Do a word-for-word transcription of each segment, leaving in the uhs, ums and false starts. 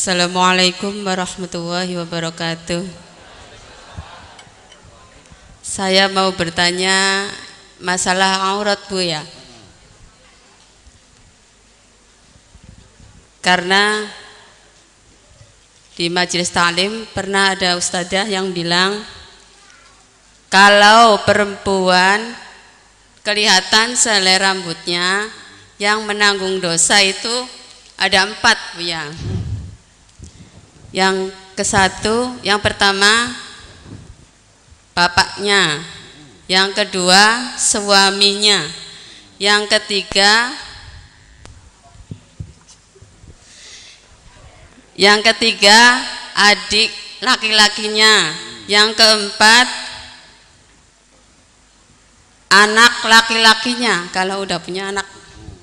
Assalamualaikum warahmatullahi wabarakatuh. Saya mau bertanya masalah aurat, Bu, ya. Karena di majelis taklim pernah ada ustadzah yang bilang kalau perempuan kelihatan selai rambutnya, yang menanggung dosa itu ada empat, Bu, ya. Yang ke satu, yang pertama bapaknya, yang kedua suaminya, yang ketiga yang ketiga adik laki-lakinya, yang keempat anak laki-lakinya kalau udah punya anak.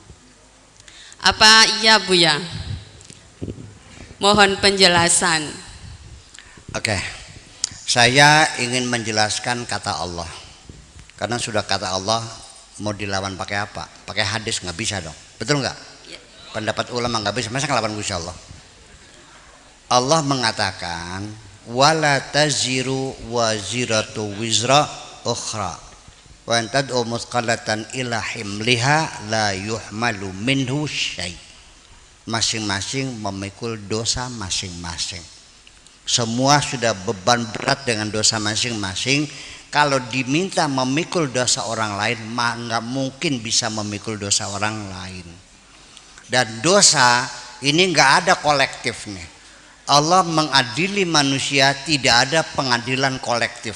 Apa iya, Bu, ya? Mohon penjelasan. Oke, saya ingin menjelaskan kata Allah. Karena sudah kata Allah, mau dilawan pakai apa? Pakai hadis nggak bisa dong. Betul nggak? Ya. Pendapat ulama nggak bisa. Masa ngelawan Gusti Allah? Allah mengatakan, wala taziru waziratu wizra ukhra wa antad'u musqalatan ila himliha la yuhmalu minhu syai'. Masing-masing memikul dosa masing-masing. Semua sudah beban berat dengan dosa masing-masing. Kalau diminta memikul dosa orang lain, mah nggak mungkin bisa memikul dosa orang lain. Dan dosa ini nggak ada kolektifnya. Allah mengadili manusia, tidak ada pengadilan kolektif.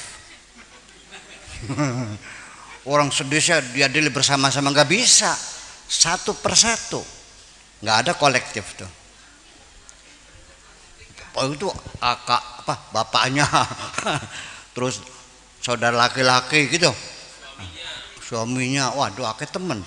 Orang sedesa diadili bersama-sama, nggak bisa, satu persatu. Nggak ada kolektif tuh. Oh, itu kakak apa bapaknya, terus saudara laki-laki gitu, suaminya, suaminya waduh akeh temen.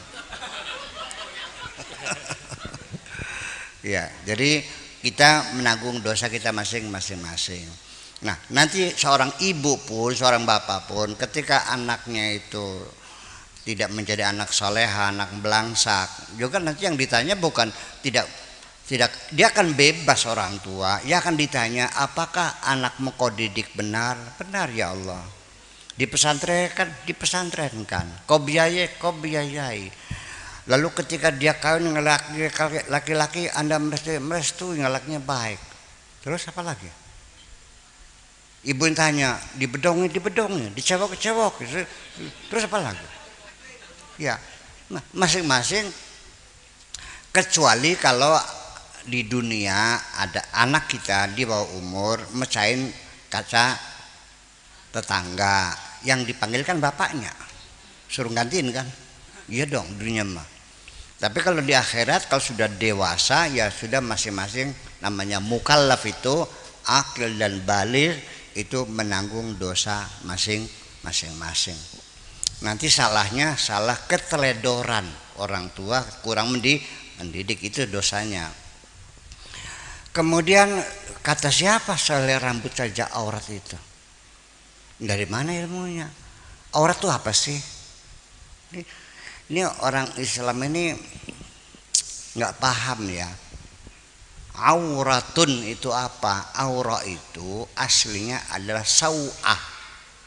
Ya, jadi kita menanggung dosa kita masing-masing. Nah, nanti seorang ibu pun, seorang bapak pun, ketika anaknya itu tidak menjadi anak soleha, anak belangsak, juga nanti yang ditanya bukan tidak tidak dia akan bebas orang tua, dia akan ditanya apakah anakmu kau didik benar? Benar ya Allah. Di pesantren kan dipesantrenkan, kau biayai, kau biayai. Lalu ketika dia kawin dengan laki-laki, Anda merestui ngelaknya baik. Terus apa lagi? Ibu yang tanya, dibedongin, dibedongin, dicewok-cewok. Terus apa lagi? Ya, nah, masing-masing, kecuali kalau di dunia ada anak kita di bawah umur mecahin kaca tetangga, yang dipanggilkan bapaknya, suruh gantiin kan? Iya dong dunia mah. Tapi kalau di akhirat kalau sudah dewasa ya sudah masing-masing, namanya mukallaf itu akil dan baligh itu menanggung dosa masing-masing. Nanti salahnya salah keteledoran orang tua, kurang mendidik, itu dosanya. Kemudian kata siapa selai rambut saja aurat itu? Dari mana ilmunya? Aurat itu apa sih? Ini, ini orang Islam ini nggak paham ya. Auratun itu apa? Aura itu aslinya adalah sau'ah,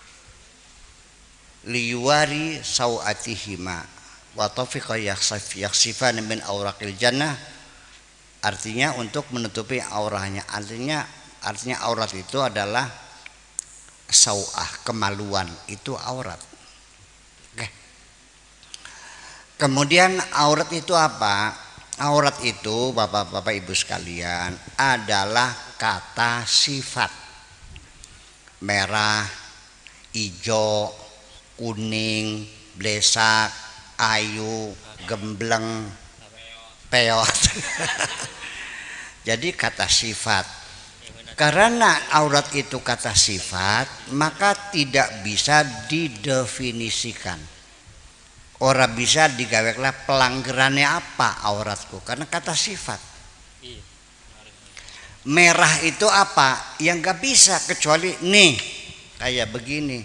liwari sau'atihima wa tafiqa yaksifan min auraqil jannah, artinya untuk menutupi auranya. Artinya artinya aurat itu adalah sau'ah, kemaluan, itu aurat. Oke. Kemudian aurat itu apa? Aurat itu Bapak-bapak Ibu sekalian adalah kata sifat. Merah, hijau, kuning, blesak, ayu, gembleng, peot. Jadi kata sifat. Karena aurat itu kata sifat, maka tidak bisa didefinisikan. Orang bisa digaweklah pelanggarannya apa auratku, karena kata sifat. Merah itu apa? Yang gak bisa kecuali nih kayak begini.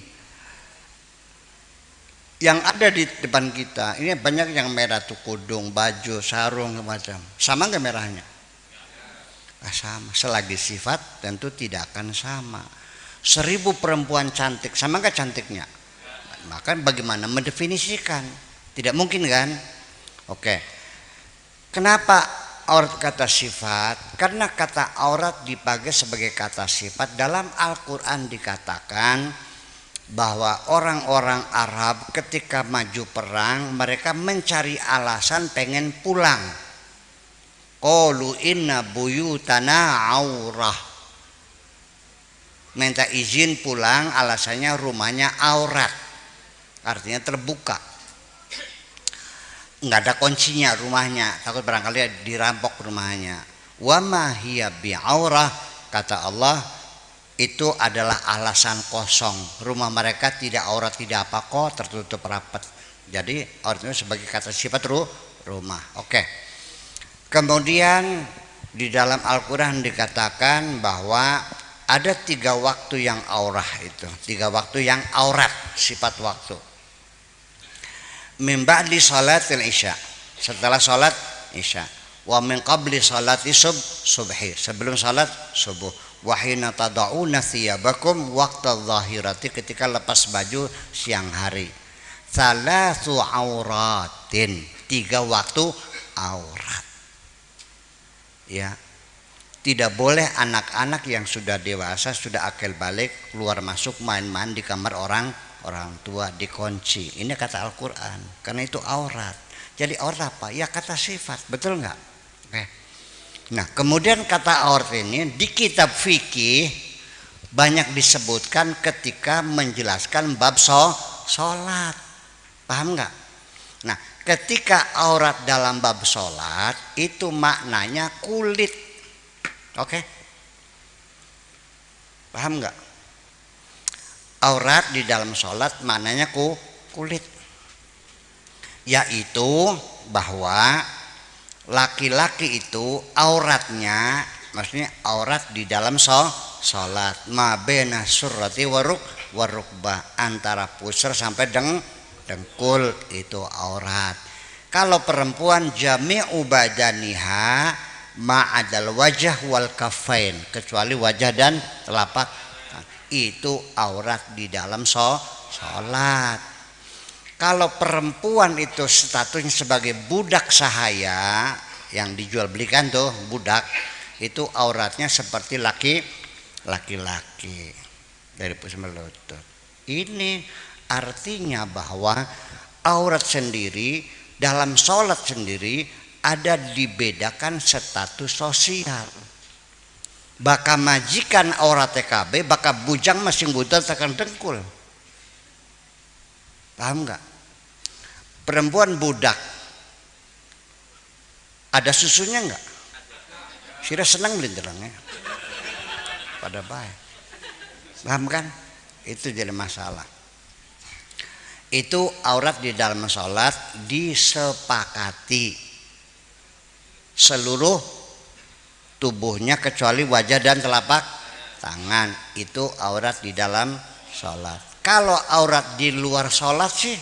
Yang ada di depan kita ini banyak yang merah tuh, kudung, baju, sarung, macam. Sama nggak merahnya? sama. Selagi sifat tentu tidak akan sama. Seribu perempuan cantik, sama nggak cantiknya? Maka bagaimana mendefinisikan? Tidak mungkin kan? Oke. Kenapa aurat kata sifat? Karena kata aurat dipakai sebagai kata sifat. Dalam Al-Quran dikatakan bahwa orang-orang Arab ketika maju perang mereka mencari alasan pengen pulang. Qalu inna buyutana aurah. Minta izin pulang, alasannya rumahnya aurat, artinya terbuka, nggak ada kuncinya rumahnya, takut barangkali dirampok rumahnya. Wa ma hiya bi'aurah, kata Allah, itu adalah alasan kosong, rumah mereka tidak aurat, tidak apa kok, tertutup rapat. Jadi aurat itu sebagai kata sifat rumah. Oke. Kemudian di dalam Al-Quran dikatakan bahwa ada tiga waktu yang aurah itu, tiga waktu yang aurat, sifat waktu. Min ba'di salatil isya, setelah salat isya. Wa min qabli salati sub subhi, sebelum salat subuh. Wa hina tada'una thiyabakum waqta dhahirati, ketika lepas baju siang hari. Thalathu auratin, tiga waktu aurat. Ya. Tidak boleh anak-anak yang sudah dewasa, sudah akil balik, keluar masuk main-main di kamar orang orang tua, dikunci. Ini kata Al-Quran, karena itu aurat. Jadi aurat apa? Ya kata sifat, betul nggak? Oke. Nah kemudian kata aurat ini di kitab fikih banyak disebutkan ketika menjelaskan bab so, sholat. Paham nggak? Nah ketika aurat dalam bab sholat itu maknanya kulit. Oke, paham nggak? Aurat di dalam sholat maknanya ku kulit, yaitu bahwa laki-laki itu auratnya, maksudnya aurat di dalam sholat, ma bena surrati waruk warukbah, antara pusar sampai deng dengkul itu aurat. Kalau perempuan jami'u badaniha ma'adal wajah wal kafain, kecuali wajah dan telapak, itu aurat di dalam sholat. Kalau perempuan itu statusnya sebagai budak sahaya yang dijual belikan tuh budak, itu auratnya seperti laki laki-laki dari pusar lutut. Ini artinya bahwa aurat sendiri dalam sholat sendiri ada dibedakan status sosial. Baka majikan aurat T K B, baka bujang masing budal tekan dengkul. Paham nggak? Perempuan budak ada susunya nggak? Sira senang beli terangnya. Pada baik. Paham kan? Itu jadi masalah. Itu aurat di dalam sholat disepakati seluruh tubuhnya kecuali wajah dan telapak tangan, itu aurat di dalam sholat. Kalau aurat di luar sholat sih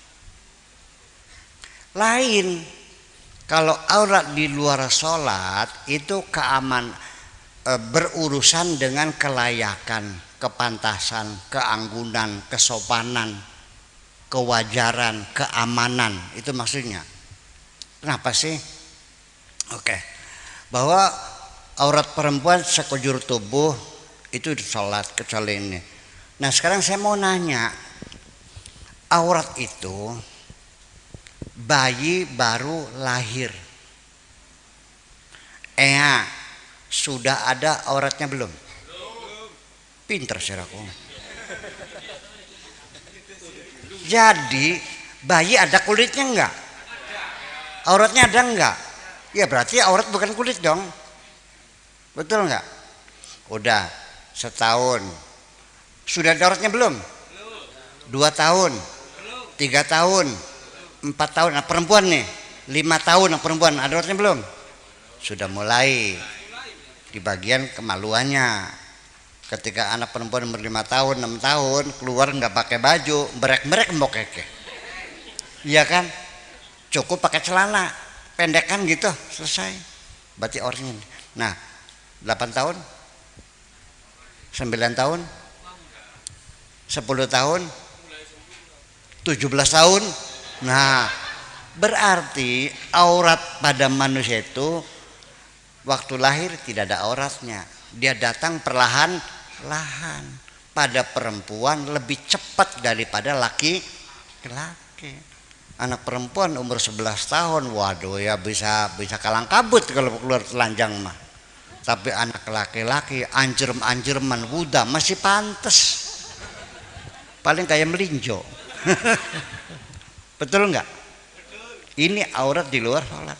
lain. Kalau aurat di luar sholat itu keaman e, berurusan dengan kelayakan, kepantasan, keanggunan, kesopanan, kewajaran, keamanan, itu maksudnya. Kenapa sih? Oke, bahwa aurat perempuan sekujur tubuh itu sholat kecuali ini. Nah sekarang saya mau nanya, aurat itu bayi baru lahir, eh sudah ada auratnya belum? Pinter saudaraku. Jadi bayi ada kulitnya enggak? Auratnya ada enggak? Ya berarti aurat bukan kulit dong. Betul enggak? Udah setahun. Sudah ada auratnya belum? Dua tahun. Tiga tahun. Empat tahun. Nah perempuan nih. Lima tahun nah, perempuan. Ada auratnya belum? Sudah mulai. Di bagian kemaluannya. Ketika anak perempuan umur lima tahun, enam tahun. Keluar nggak pakai baju. Berek-berek mbokeke. Iya kan? Cukup pakai celana. Pendekan gitu, selesai. Berarti orangnya. Nah, delapan tahun, sembilan tahun, sepuluh tahun, tujuh belas tahun. Nah, berarti aurat pada manusia itu waktu lahir tidak ada auratnya. Dia datang perlahan-lahan. Pada perempuan lebih cepat daripada laki-laki. Anak perempuan umur sebelas tahun, waduh ya bisa bisa kalang kabut kalau keluar telanjang mah. Tapi anak laki-laki anjrem-anjreman wuda masih pantes. Paling kayak melinjo. Betul enggak? Ini aurat di luar sholat.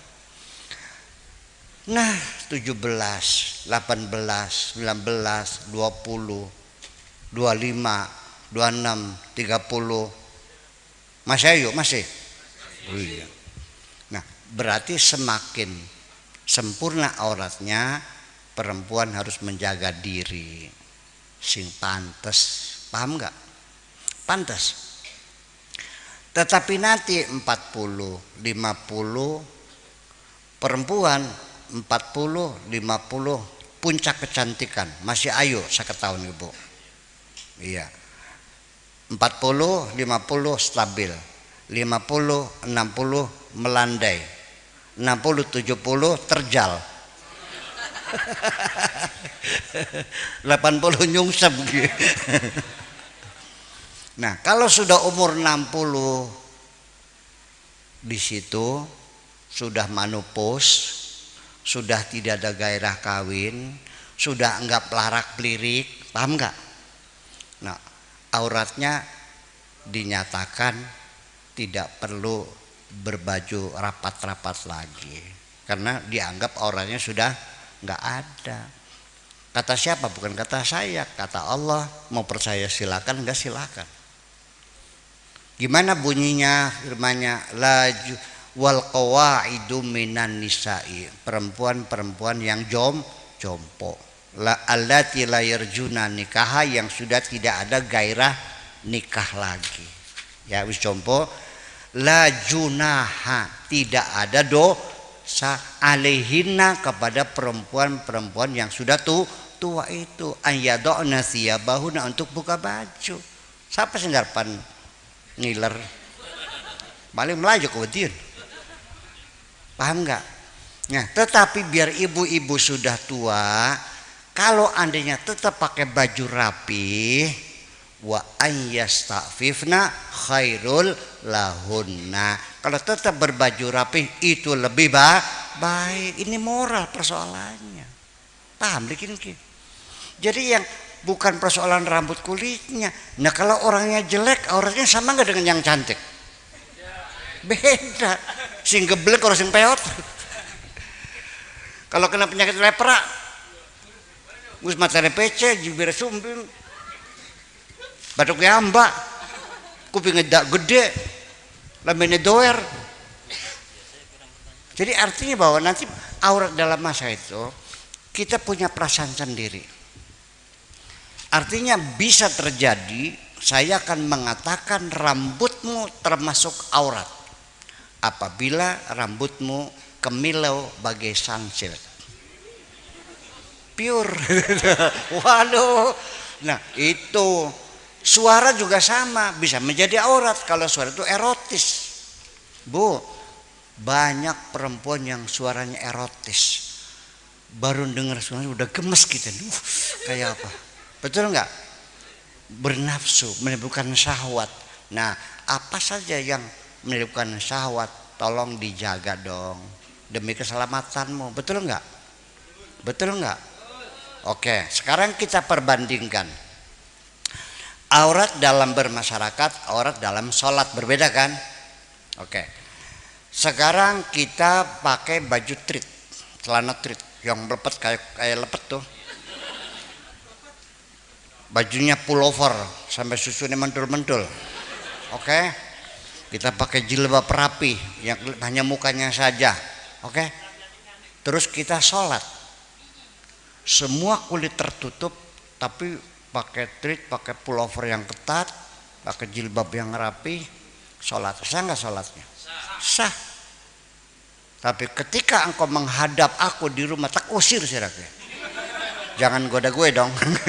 Nah, tujuh belas, delapan belas, sembilan belas, dua puluh, dua puluh lima, dua puluh enam, tiga puluh. Masih ayo, masih. Oh iya. Nah, berarti semakin sempurna auratnya, perempuan harus menjaga diri. Sing pantes. Paham enggak? Pantes. Tetapi nanti empat puluh, lima puluh perempuan empat puluh, lima puluh puncak kecantikan, masih ayu seket tahun ibu. Iya. empat puluh, lima puluh stabil. lima puluh, enam puluh melandai. enam puluh, tujuh puluh terjal. delapan puluh nyungsep gitu. Nah, kalau sudah umur enam puluh di situ sudah menopause, sudah tidak ada gairah kawin, sudah enggak pelarak-pelirik, paham enggak? Nah, auratnya dinyatakan tidak perlu berbaju rapat-rapat lagi karena dianggap auratnya sudah enggak ada. Kata siapa? Bukan kata saya, kata Allah. Mau percaya silakan, enggak silakan. Gimana bunyinya firmannya? Laju wal qawaidu minan nisa'i, perempuan-perempuan yang jom jompo, la allati la yarjuna nikah, yang sudah tidak ada gairah nikah lagi. Ya wis jompo, la junaha, tidak ada dosa alaihinna, kepada perempuan-perempuan yang sudah tu, tua itu, ayyadona thiyabahuna, untuk buka baju. Siapa sendarpan ngiler paling melaju kemudian, paham nggak? Nah, tetapi biar ibu-ibu sudah tua, kalau andainya tetap pakai baju rapi, wa ayyastafifna khairul lahunna, kalau tetap berbaju rapi itu lebih baik. Ini moral persoalannya, paham bikin? Jadi yang bukan persoalan rambut kulitnya. Nah, kalau orangnya jelek, auratnya sama nggak dengan yang cantik? Beda. Sing geblek orang sing peot. Kalau kena penyakit lepra, gus materi pece, jibir sumbing, batuk yamba, kuping ngedak gede, lambene doer. Jadi artinya bahwa nanti aurat dalam masa itu kita punya perasaan sendiri. Artinya bisa terjadi saya akan mengatakan rambutmu termasuk aurat apabila rambutmu kemilau bagai sunsilk pure. Waduh. Nah, itu suara juga sama, bisa menjadi aurat kalau suara itu erotis. Bu, banyak perempuan yang suaranya erotis, baru dengar suaranya udah gemes gitu. Uh, kayak apa? Betul enggak? Bernafsu, menimbulkan syahwat. Nah, apa saja yang menimbulkan syahwat tolong dijaga dong demi keselamatanmu. Betul enggak? Betul enggak? Oke, sekarang kita perbandingkan aurat dalam bermasyarakat, aurat dalam sholat, berbeda kan? Oke, sekarang kita pakai baju trit, celana trit yang lepet kayak kayak lepet tuh. Bajunya pullover sampai susunya mentul-mentul. Oke, kita pakai jilbab rapi yang hanya mukanya saja. Oke, terus kita sholat, semua kulit tertutup, tapi pakai trit, pakai pullover yang ketat, pakai jilbab yang rapi, sholat. Sah nggak sholatnya? Sah. Tapi ketika engkau menghadap aku di rumah, tak usir siraknya. Jangan goda gue dong.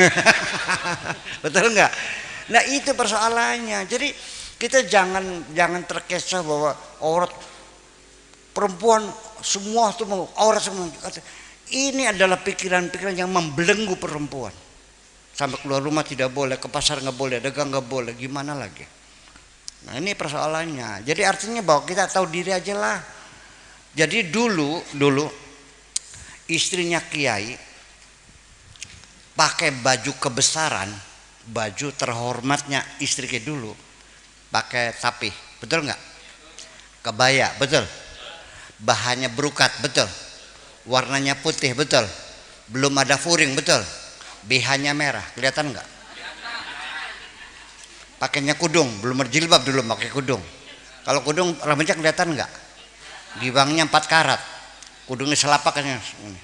Betul nggak? Nah itu persoalannya. Jadi kita jangan jangan terkecoh bahwa aurat perempuan semua itu mau aurat semua. Ini adalah pikiran-pikiran yang membelenggu perempuan. Sampai keluar rumah tidak boleh, ke pasar nggak boleh, dagang nggak boleh, gimana lagi? Nah ini persoalannya. Jadi artinya bahwa kita tahu diri aja lah. Jadi dulu dulu istrinya kiai pakai baju kebesaran, baju terhormatnya istri ke dulu pakai tapih, betul nggak? Kebaya, betul. Bahannya berukat, betul. Warnanya putih, betul. Belum ada furing, betul. B H-nya merah, kelihatan nggak? Pakainya kudung, belum berjilbab dulu pakai kudung. Kalau kudung rambutnya kelihatan nggak? Giwangnya empat karat, kudungnya selapaknya.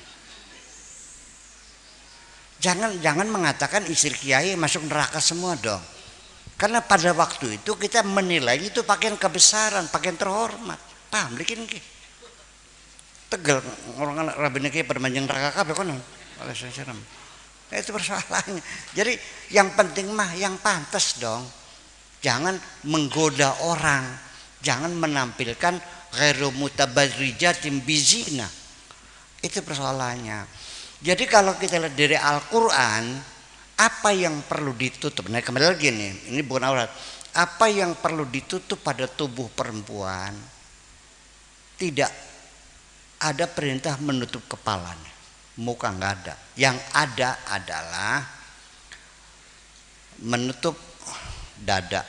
Jangan jangan mengatakan istri kiai masuk neraka semua dong. Karena pada waktu itu kita menilai itu pakaian kebesaran, pakaian terhormat. Paham bikin ki? Tegel orang rabine kiai pada manjang neraka kabeh kono. Oleh saya nah, itu persoalannya. Jadi yang penting mah yang pantas dong. Jangan menggoda orang, jangan menampilkan ghairu mutabarrijatin bizina. Itu persoalannya. Jadi kalau kita lihat dari Al-Qur'an, apa yang perlu ditutup? Nah, kembali lagi nih, ini bukan aurat. Apa yang perlu ditutup pada tubuh perempuan? Tidak ada perintah menutup kepalanya. Muka nggak ada. Yang ada adalah menutup dada.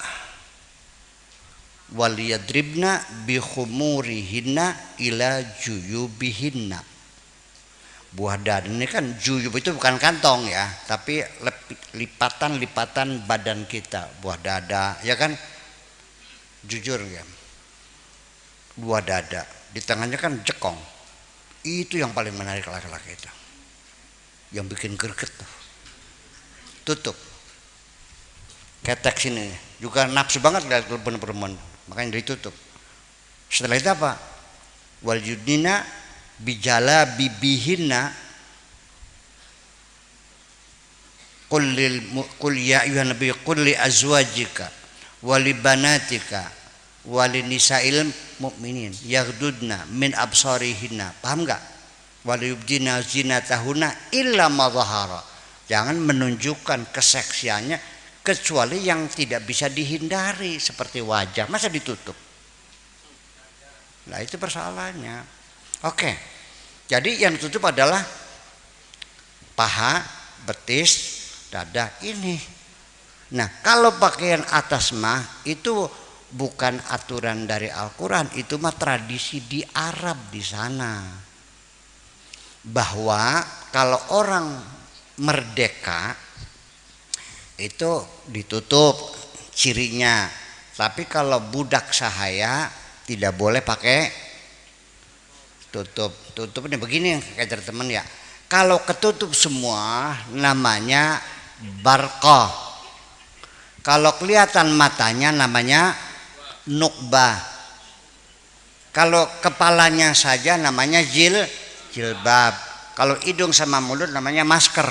Waliyadribna bikhumurihinna ila juyubihinna. Buah dada ini kan juyub itu bukan kantong ya, tapi lipatan-lipatan badan kita. Buah dada, ya kan? Jujur ya. Buah dada, di tangannya kan jekong. Itu yang paling menarik laki-laki itu. Yang bikin greget tuh. Tutup. Ketek sini juga nafsu banget lihat perempuan, makanya ditutup. Setelah itu apa? Wal yudnina bijala bibihinna qul lil qul ya ayyuhan nabiy qul li azwajika wa li banatika wa li nisa'il mu'minin yaghdudna min absarihinna. Paham enggak? Wa yubdina zinatahunna illa ma dhahara. Jangan menunjukkan keseksiannya kecuali yang tidak bisa dihindari seperti wajah. Masa ditutup? Nah itu persoalannya. Oke, jadi yang ditutup adalah paha, betis, dada ini. Nah kalau pakaian atas mah itu bukan aturan dari Al-Quran, itu mah tradisi di Arab di sana. Bahwa kalau orang merdeka itu ditutup cirinya, tapi kalau budak sahaya tidak boleh pakai tutup. Tutup ini begini kayak teman ya. Kalau ketutup semua namanya barqah. Kalau kelihatan matanya namanya nukbah. Kalau kepalanya saja namanya jil jilbab. Kalau hidung sama mulut namanya masker.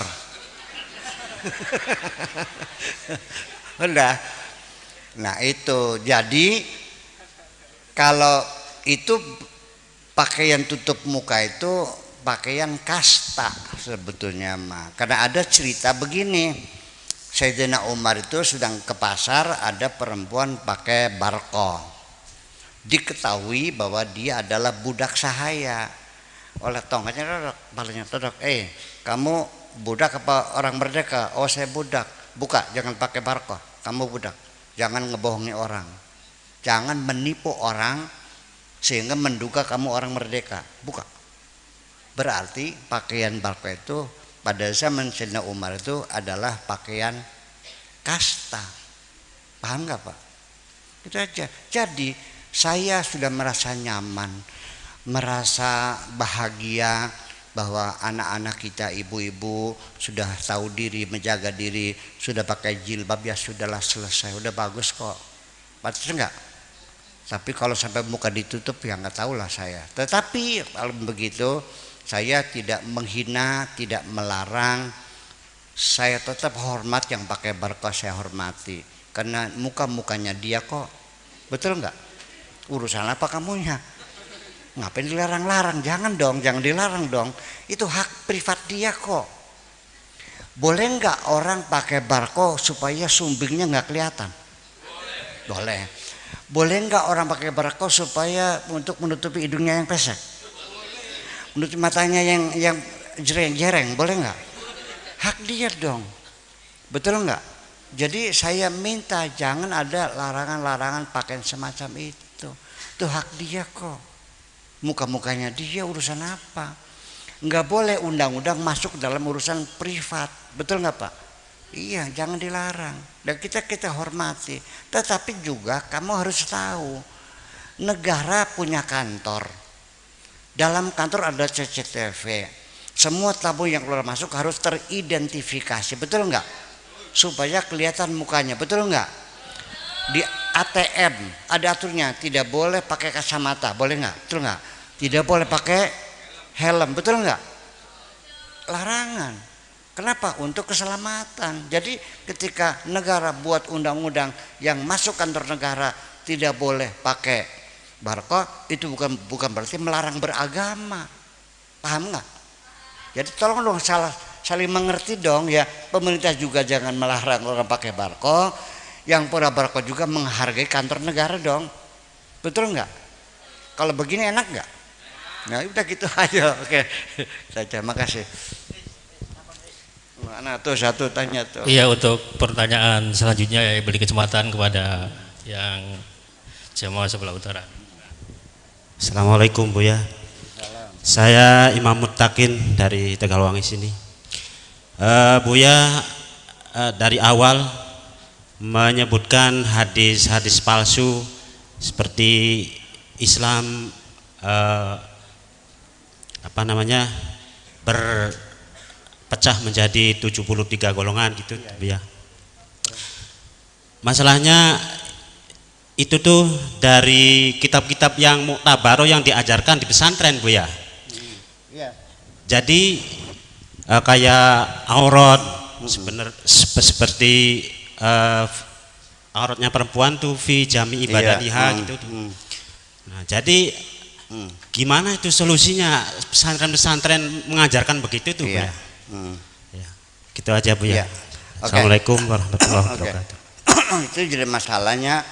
Udah. Nah itu jadi kalau itu pakaian tutup muka itu pakaian kasta sebetulnya mah. Karena ada cerita begini, Sayyidina Umar itu sedang ke pasar, ada perempuan pakai barqah. Diketahui bahwa dia adalah budak sahaya. Oleh tongkatnya todok, palanya todok, eh kamu budak apa orang merdeka? Oh saya budak. Buka, jangan pakai barqah. Kamu budak. Jangan ngebohongi orang. Jangan menipu orang sehingga menduga kamu orang merdeka. Buka. Berarti pakaian barqah itu pada zaman Sayyidina Umar itu adalah pakaian kasta. Paham nggak Pak? Itu aja. Jadi saya sudah merasa nyaman, merasa bahagia bahwa anak-anak kita, ibu-ibu sudah tahu diri, menjaga diri, sudah pakai jilbab, ya sudahlah selesai, udah bagus kok. Betul nggak? Tapi kalau sampai muka ditutup ya nggak tahu lah saya. Tetapi kalau begitu saya tidak menghina, tidak melarang, saya tetap hormat yang pakai barokah, saya hormati karena muka-mukanya dia kok. Betul nggak? Urusan apa kamunya? Ngapain dilarang-larang? Jangan dong, jangan dilarang dong. Itu hak privat dia kok. Boleh nggak orang pakai barokah supaya sumbingnya nggak kelihatan? Boleh. Boleh nggak orang pakai barokah supaya untuk menutupi hidungnya yang pesek? Menutupi matanya yang yang jereng-jereng, boleh nggak? Hak dia dong, betul nggak? Jadi saya minta jangan ada larangan-larangan pakaian semacam itu. Itu hak dia kok. Muka-mukanya dia urusan apa? Nggak boleh undang-undang masuk dalam urusan privat, betul nggak Pak? Iya, jangan dilarang. Dan kita kita hormati. Tetapi juga kamu harus tahu, negara punya kantor. Dalam kantor ada C C T V. Semua tamu yang keluar masuk harus teridentifikasi, betul nggak? Supaya kelihatan mukanya, betul nggak? Di A T M ada aturnya, tidak boleh pakai kacamata, boleh nggak? Betul nggak? Tidak boleh pakai helm, betul nggak? Larangan. Kenapa? Untuk keselamatan. Jadi ketika negara buat undang-undang yang masuk kantor negara tidak boleh pakai barokah, itu bukan bukan berarti melarang beragama, paham nggak? Jadi tolong dong salah, saling mengerti dong ya. Pemerintah juga jangan melarang orang pakai barokah, yang pura barokah juga menghargai kantor negara dong, betul nggak? Kalau begini enak nggak? Nah udah gitu aja, oke saja, makasih. Mana tuh satu tanya tuh? Iya, untuk pertanyaan selanjutnya ya, beri kesempatan kepada yang jemaah sebelah utara. Assalamualaikum Buya. Saya Imam Muttaqin dari Tegalwangi sini. Uh, Buya uh, dari awal menyebutkan hadis-hadis palsu seperti Islam uh, apa namanya berpecah menjadi tujuh puluh tiga golongan gitu, Buya. Masalahnya itu tuh dari kitab-kitab yang muktabaroh yang diajarkan di pesantren, Buya. Jadi uh, kayak aurat sebenar seperti uh, auratnya perempuan tuh fi jami ibadatiha, iya. Gitu tuh. Hmm. Nah, jadi hmm. gimana itu solusinya pesantren-pesantren mengajarkan begitu tuh, iya. Bu ya? Hmm. Ya. Gitu aja Bu ya. Iya. Okay. Assalamualaikum warahmatullahi wabarakatuh. Okay. Itu jadi masalahnya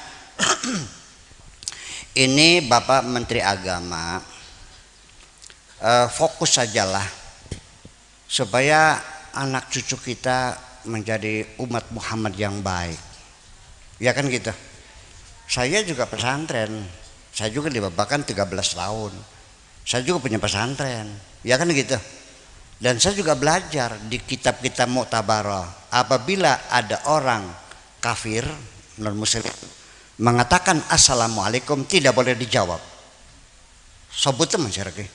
ini Bapak Menteri Agama uh, fokus sajalah supaya anak cucu kita menjadi umat Muhammad yang baik. Ya kan gitu. Saya juga pesantren. Saya juga dibabakan tiga belas tahun. Saya juga punya pesantren. Ya kan gitu. Dan saya juga belajar di kitab-kitab muktabaroh. Apabila ada orang kafir non muslim mengatakan assalamualaikum, tidak boleh dijawab. Sobutnya masyarakat.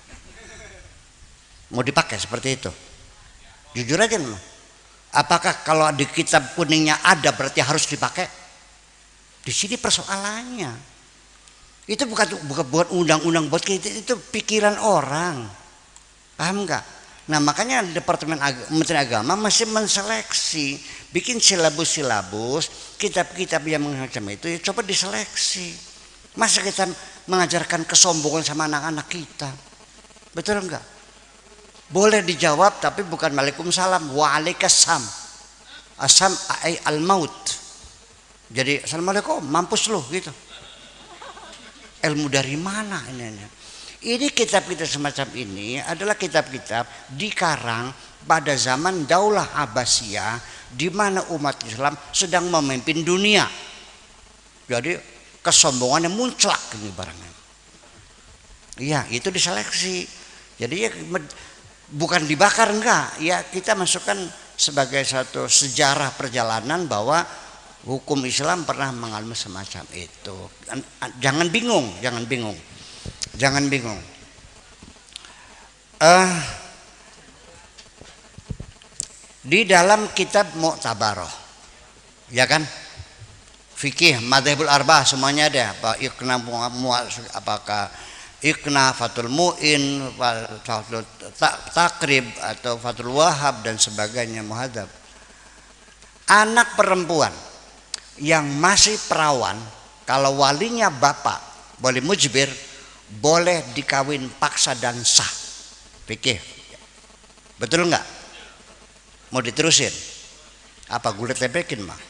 Mau dipakai seperti itu? Jujur aja nih. Apakah kalau di kitab kuningnya ada berarti harus dipakai? Di sini persoalannya. Itu bukan bukan buat undang-undang buat kita, itu pikiran orang. Paham nggak? Nah makanya Departemen Ag- Menteri Agama masih menseleksi, bikin silabus-silabus, kitab-kitab yang macam itu ya coba diseleksi. Masa kita mengajarkan kesombongan sama anak-anak kita? Betul nggak? Boleh dijawab tapi bukan waalaikumsalam, waalaikumsalam. Asam ai al maut. Jadi assalamualaikum, mampus lu gitu. Ilmu dari mana ini? Ini kitab-kitab semacam ini adalah kitab-kitab dikarang pada zaman Daulah Abbasiyah di mana umat Islam sedang memimpin dunia. Jadi kesombongannya munclak ini barangnya. Iya, itu diseleksi. Jadi ya bukan dibakar enggak, ya kita masukkan sebagai satu sejarah perjalanan bahwa hukum Islam pernah mengalami semacam itu. Jangan bingung, jangan bingung, jangan bingung. Uh, di dalam kitab Mu'tabaroh, ya kan, fikih, madzhabul arba'ah semuanya ada. Apa ikna apakah Iqna, Fathul Mu'in, takrib atau Fathul Wahab dan sebagainya, muhadzab. Anak perempuan yang masih perawan, kalau walinya bapak boleh mujbir, boleh dikawin paksa dan sah. Fikih. Betul enggak? Mau diterusin? Apa gue lepekin mah?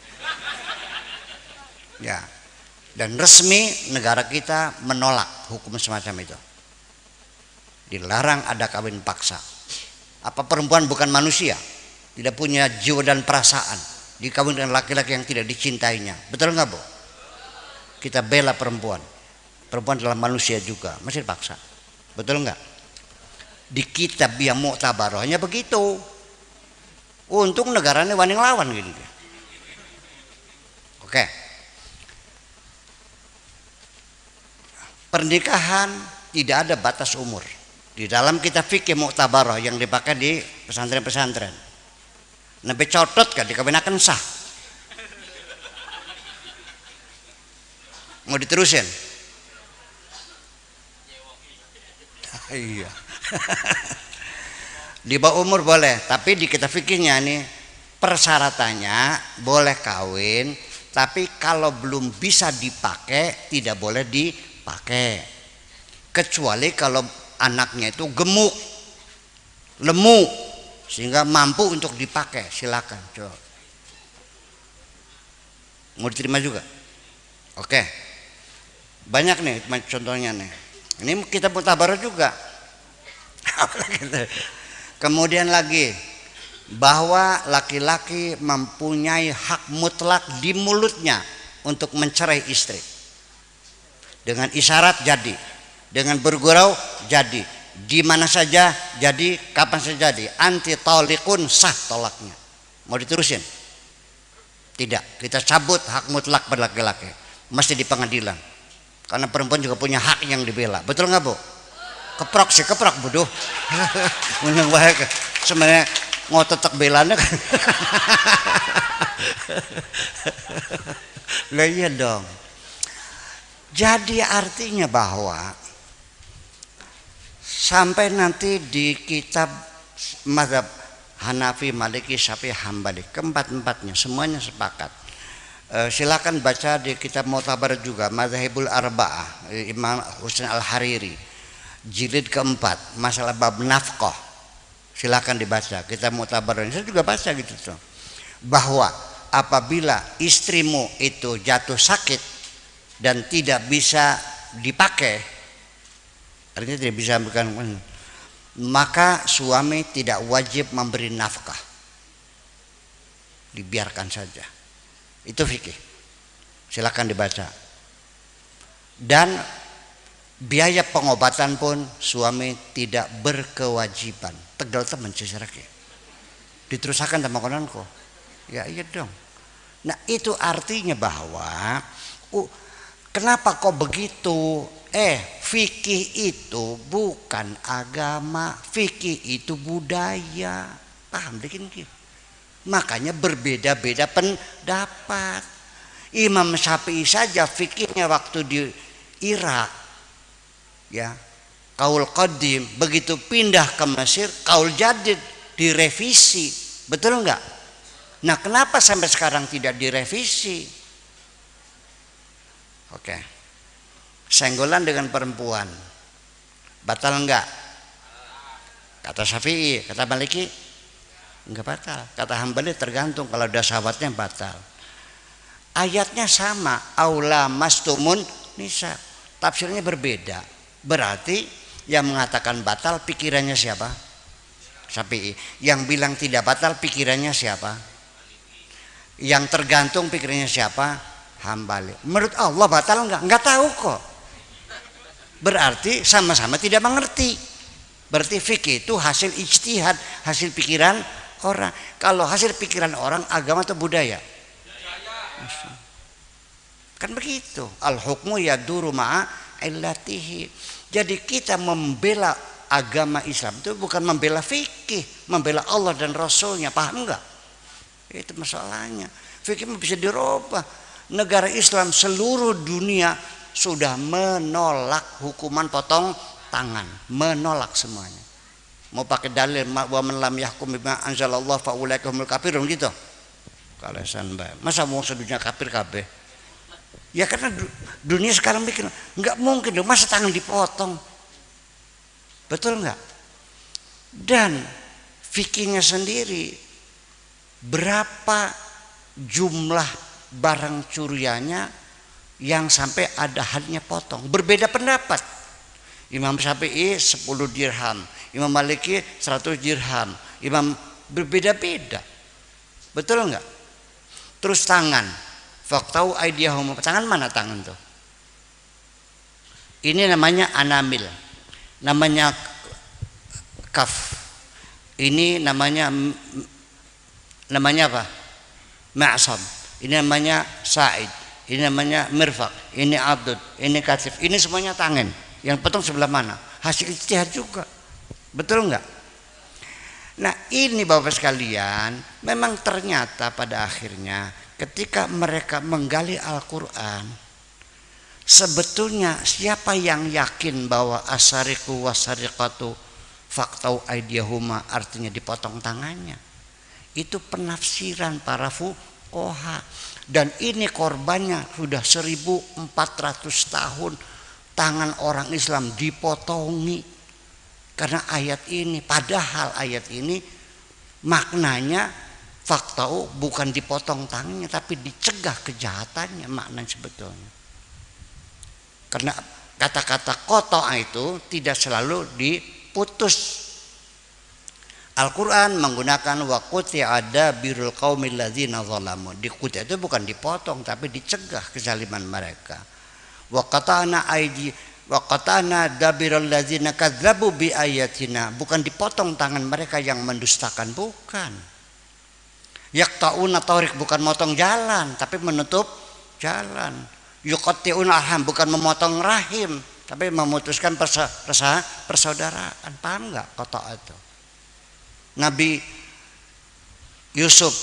Ya. Dan resmi negara kita menolak hukum semacam itu. Dilarang ada kawin paksa. Apa perempuan bukan manusia? Tidak punya jiwa dan perasaan, dikawin dengan laki-laki yang tidak dicintainya. Betul nggak, Bu? Kita bela perempuan. Perempuan adalah manusia juga, masih dipaksa. Betul nggak? Di kitab yang Mu'tabarahnya begitu. Untung negaranya wani lawan gini. Oke. Pernikahan tidak ada batas umur. Di dalam kitab fikih Mu'tabarah yang dipakai di pesantren-pesantren. Nabi cotot kan dikawinakan sah. Mau diterusin? Iya. Di bawah umur boleh, tapi di kitab fikihnya nih persyaratannya boleh kawin, tapi kalau belum bisa dipakai tidak boleh dipakai. Kecuali kalau anaknya itu gemuk, lemu, sehingga mampu untuk dipakai, silakan. Coba. Mau diterima juga? Oke. Banyak nih contohnya nih. Ini kita Mu'tabarah juga. Kemudian lagi bahwa laki-laki mempunyai hak mutlak di mulutnya untuk mencerai istri. Dengan isyarat jadi, dengan bergurau jadi, di mana saja jadi, kapan saja jadi. Anti talikun sah tolaknya. Mau diterusin? Tidak, kita cabut hak mutlak pada laki-laki. Mesti di pengadilan. Karena perempuan juga punya hak yang dibela. Betul nggak, Bu? Keprok sih, keprok bodoh. Menang baik. Sebenarnya ngotot tak belanya kan. Lah iya dong. Jadi artinya bahwa sampai nanti di kitab mazhab Hanafi, Maliki, Syafi'i, Hambali, keempat-empatnya semuanya sepakat. E, silakan baca di kitab Mu'tabar juga Madzhabul Arba'ah Imam Husain Al-Hariri jilid keempat masalah bab nafkah. Silakan dibaca, kita Mu'tabar. Saya juga baca gitu tuh. Bahwa apabila istrimu itu jatuh sakit dan tidak bisa dipakai, artinya tidak bisa bukan, maka suami tidak wajib memberi nafkah, dibiarkan saja. Itu fikih, silakan dibaca. Dan biaya pengobatan pun suami tidak berkewajiban. Tegal teman cicerake diterusakan sama konanku. Ya iya dong. Nah itu artinya bahwa uh, kenapa kok begitu? Eh, fikih itu bukan agama, fikih itu budaya. Paham bikin gitu. Makanya berbeda-beda pendapat. Imam Syafi'i saja fikihnya waktu di Irak, ya, kaul qadim, begitu pindah ke Mesir, kaul jadid direvisi, betul enggak? Nah, kenapa sampai sekarang tidak direvisi? Oke. Senggolan dengan perempuan batal enggak? Kata Syafi'i, kata Maliki enggak batal. Kata Hambali tergantung, kalau ada sahabatnya batal. Ayatnya sama, aula mastumun nisa. Tafsirnya berbeda. Berarti yang mengatakan batal pikirannya siapa? Syafi'i. Yang bilang tidak batal pikirannya siapa? Yang tergantung pikirannya siapa? Hambali. Menurut Allah batal enggak? Enggak tahu kok. Berarti sama-sama tidak mengerti. Berarti fikih itu hasil ijtihad, hasil pikiran orang. Kalau hasil pikiran orang, agama atau budaya? Kan begitu. Al hukmu yaduru ma'a illatihi. Jadi kita membela agama Islam itu bukan membela fikih, membela Allah dan Rasulnya. Paham enggak? Itu masalahnya. Fikih bisa dirubah. Negara Islam seluruh dunia sudah menolak hukuman potong tangan, menolak semuanya. mau pakai dalil wa man lam yahkum bima anzalallah fa ulaika humul kafirun gitu. Kalesan bae. Masa mau sedunia kafir kabeh? Ya karena dunia sekarang bikin enggak mungkin dong, masa tangan dipotong. Betul enggak? Dan fikihnya sendiri berapa jumlah barang curiannya yang sampai ada hadnya potong. Berbeda pendapat. Imam Syafi'i sepuluh dirham, Imam Maliki seratus dirham, Imam berbeda-beda. Betul enggak? Terus tangan, faktau aidiyahum, tangan mana tangan tuh? Ini namanya anamil, namanya kaf. Ini namanya namanya apa? Ma'sam. Ini namanya sa'id. Ini namanya mirfaq. Ini adud. Ini katif. Ini semuanya tangan. Yang potong sebelah mana? Hasil ijtihad juga. Betul enggak? Nah, ini Bapak sekalian, memang ternyata pada akhirnya ketika mereka menggali Al-Qur'an, sebetulnya siapa yang yakin bahwa asariqu wasariqatu faktau aidiyahuma artinya dipotong tangannya? Itu penafsiran para fuqaha, dan ini korbannya sudah seribu empat ratus tahun tangan orang Islam dipotongi karena ayat ini. Padahal ayat ini maknanya faktau bukan dipotong tangannya tapi dicegah kejahatannya maknanya sebetulnya. Karena kata-kata qata'a itu tidak selalu diputus. Al-Quran menggunakan waquti ada birul qaumil ladzina zalamu. Dikuti itu bukan dipotong tapi dicegah kezaliman mereka. Wa qata'na aidi wa qata'na dabirul ladzina kadzabu bi ayatina, bukan dipotong tangan mereka yang mendustakan, bukan. Yaqta'una tariq, bukan motong jalan tapi menutup jalan. Yuqatti'una arham, bukan memotong rahim tapi memutuskan persa, persa, persaudaraan. Paham enggak qata' itu? Nabi Yusuf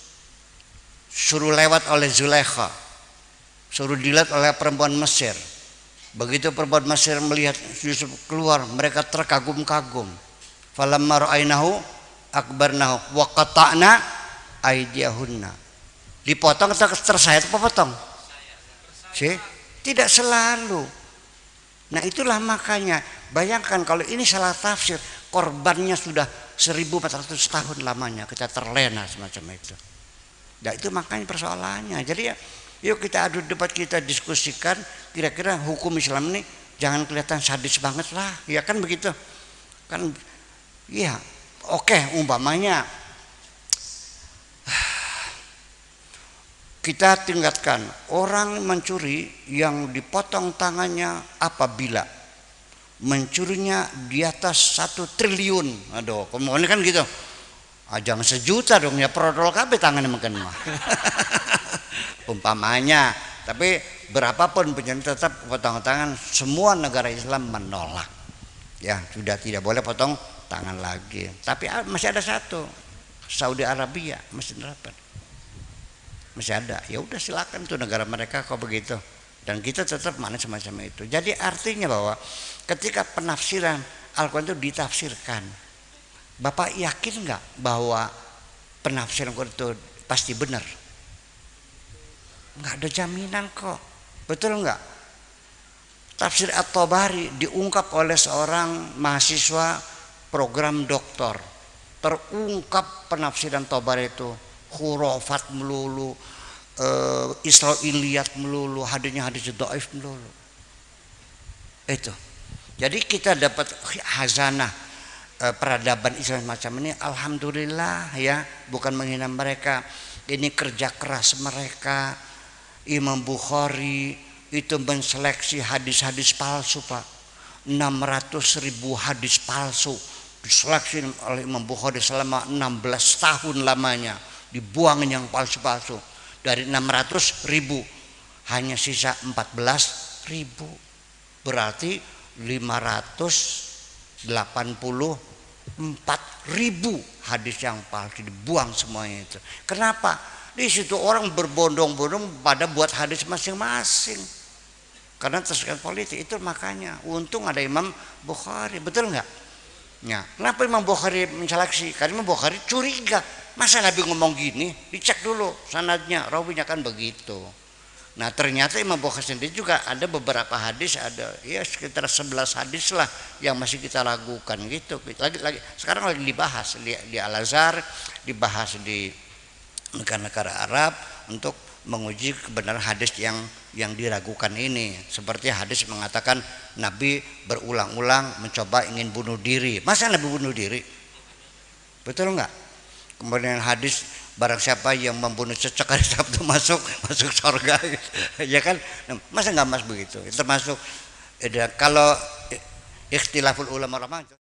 suruh lewat oleh Zulaikha, suruh dilihat oleh perempuan Mesir. Begitu perempuan Mesir melihat Yusuf keluar, mereka terkagum-kagum. Falamma ra'ainahu akbarnahu wa qata'na aydiyahunna. Dipotong atau tersayat apa potong? Sih, tidak selalu. Nah, itulah makanya bayangkan kalau ini salah tafsir, korbannya sudah seribu empat ratus tahun lamanya kita terlena semacam itu. Nah, itu makanya persoalannya. Jadi ya, yuk kita adu debat, kita diskusikan kira-kira hukum Islam ini jangan kelihatan sadis banget lah. Ya kan begitu. Kan ya, oke, umpamanya kita tingkatkan orang mencuri yang dipotong tangannya apabila mencurinya di atas satu triliun. Aduh, kemudian kan gitu. Ah, jangan sejuta dong ya, prodol kabeh tangannya makan mah. Umpamanya, tapi berapapun penyakit tetap potong tangan, semua negara Islam menolak. Ya, sudah tidak boleh potong tangan lagi. Tapi masih ada satu, Saudi Arabia masih nerapkan. Masih ada. Ya udah silakan tuh negara mereka kok begitu. Dan kita tetap mana semacam itu. Jadi artinya bahwa ketika penafsiran Al-Quran itu ditafsirkan, Bapak yakin nggak bahwa penafsiran Al-Quran itu pasti benar? Nggak ada jaminan kok. Betul nggak? Tafsir At-Tabari diungkap oleh seorang mahasiswa program doktor. Terungkap penafsiran Tabari itu khurafat melulu, Uh, Israiliyat melulu, hadisnya hadis dhaif melulu. Itu. Jadi kita dapat hazanah uh, peradaban Islam macam ini, alhamdulillah ya, bukan menghina mereka. Ini kerja keras mereka. Imam Bukhari itu menseleksi hadis-hadis palsu, Pak. enam ratus ribu hadis palsu diseleksi oleh Imam Bukhari selama enam belas tahun lamanya, dibuang yang palsu-palsu. Dari enam ratus ribu hanya sisa empat belas ribu, berarti lima ratus delapan puluh empat ribu hadis yang palsu dibuang semuanya itu. Kenapa? Di situ orang berbondong-bondong pada buat hadis masing-masing karena tersekat politik itu. Makanya untung ada Imam Bukhari, betul nggak? Ya, kenapa Imam Bukhari menseleksi? Karena Imam Bukhari curiga, masa Nabi ngomong gini? Dicek dulu sanadnya, rawinya kan begitu. Nah ternyata Imam Bukhari sendiri juga ada beberapa hadis, ada ya sekitar sebelas hadis lah yang masih kita ragukan gitu. Lagi, lagi sekarang lagi dibahas di, di Al-Azhar, dibahas di negara-negara Arab untuk menguji kebenaran hadis yang yang diragukan ini. Seperti hadis mengatakan Nabi berulang-ulang mencoba ingin bunuh diri. Masa Nabi bunuh diri? Betul enggak? Kemudian hadis barang siapa yang membunuh cecek hari Sabtu masuk masuk surga, ya kan? Masa enggak mas begitu? Termasuk kalau ikhtilaful ulama ulama